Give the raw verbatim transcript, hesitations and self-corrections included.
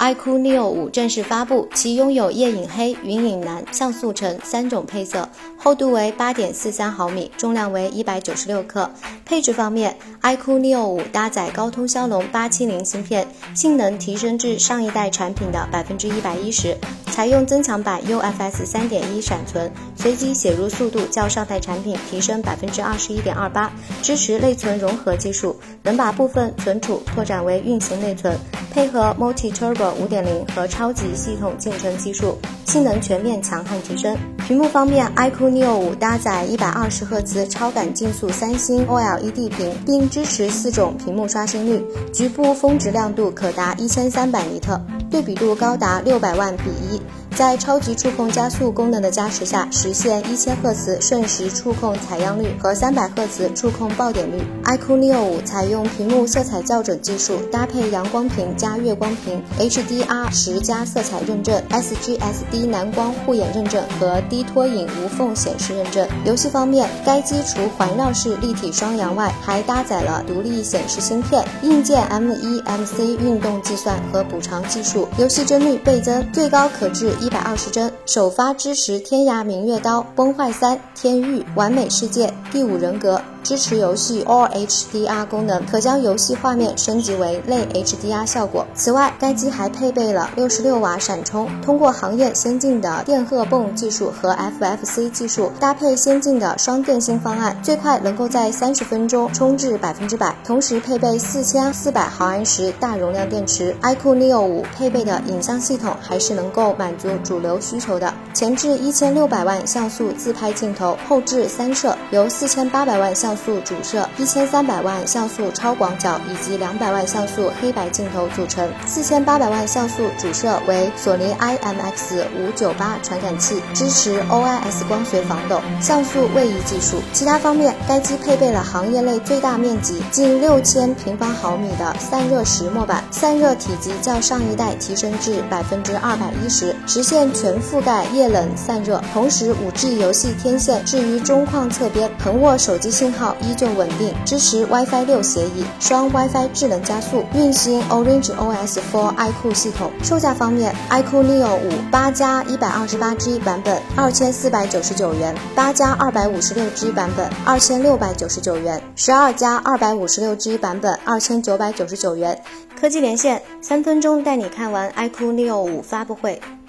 iQOO Neo 五正式发布，其拥有夜影黑、云影蓝、像素橙三种配色，厚度为 八点四三毫米，重量为一百九十六克。配置方面 ，iQOO Neo 五搭载高通骁龙八七零芯片，性能提升至上一代产品的 百分之一百一十， 采用增强版 U F S 三点一 闪存，随机写入速度较上代产品提升 百分之二十一点二八， 支持内存融合技术，能把部分存储拓展为运行内存，配合 Multi Turbo 五点零 和超级系统进程技术，性能全面强悍提升。屏幕方面 ，iQOO Neo 五搭载一百二十赫兹超感竞速三星 O L E D 屏，并支持四种屏幕刷新率，局部峰值亮度可达一千三百尼特，对比度高达六百万比一。在超级触控加速功能的加持下，实现一千赫兹瞬时触控采样率和三百赫兹触控爆点率。iQOO Neo 五采用屏幕色彩校准技术，搭配阳光屏加月光屏、H D R 十 加色彩认证、S G S D 蓝光护眼认证和低拖影无缝显示认证。游戏方面，该机除环绕式立体双扬外，还搭载了独立显示芯片、硬件 M 一 M C 运动计算和补偿技术，游戏帧率倍增，最高可至一百二十帧。首发支持天涯明月刀、崩坏三、天域、完美世界、第五人格，支持游戏 All H D R 功能，可将游戏画面升级为类 H D R 效果。此外，该机还配备了六十六瓦闪充，通过行业先进的电荷泵技术和 F F C 技术，搭配先进的双电芯方案，最快能够在三十分钟充至百分之百，同时配备四千四百毫安时大容量电池。iQOO Neo 五配备的影像系统还是能够满足主流需求的，前置一千六百万像素自拍镜头，后置三摄，由四千八百万像素主摄、一千三百万像素超广角以及两百万像素黑白镜头组成。四千八百万像素主摄为索尼 I M X 五九八传感器，支持 O I S 光学防抖，像素位移技术。其他方面，该机配备了行业内最大面积近六千平方毫米的散热石墨板，散热体积较上一代提升至 百分之二百一十，实现全覆盖液冷散热。同时 五 G 游戏天线置于中框侧边，横握手机信号依旧稳定，支持 WiFi 六协议，双 WiFi 智能加速，运行 Orange O S for iQOO 系统。售价方面 ，iQOO Neo 五八加一百二十八 G 版本二千四百九十九元，八加二百五十六 G 版本二千六百九十九元，十二加二百五十六 G 版本二千九百九十九元。科技连线，三分钟带你看完 iQOO Neo 五发布会。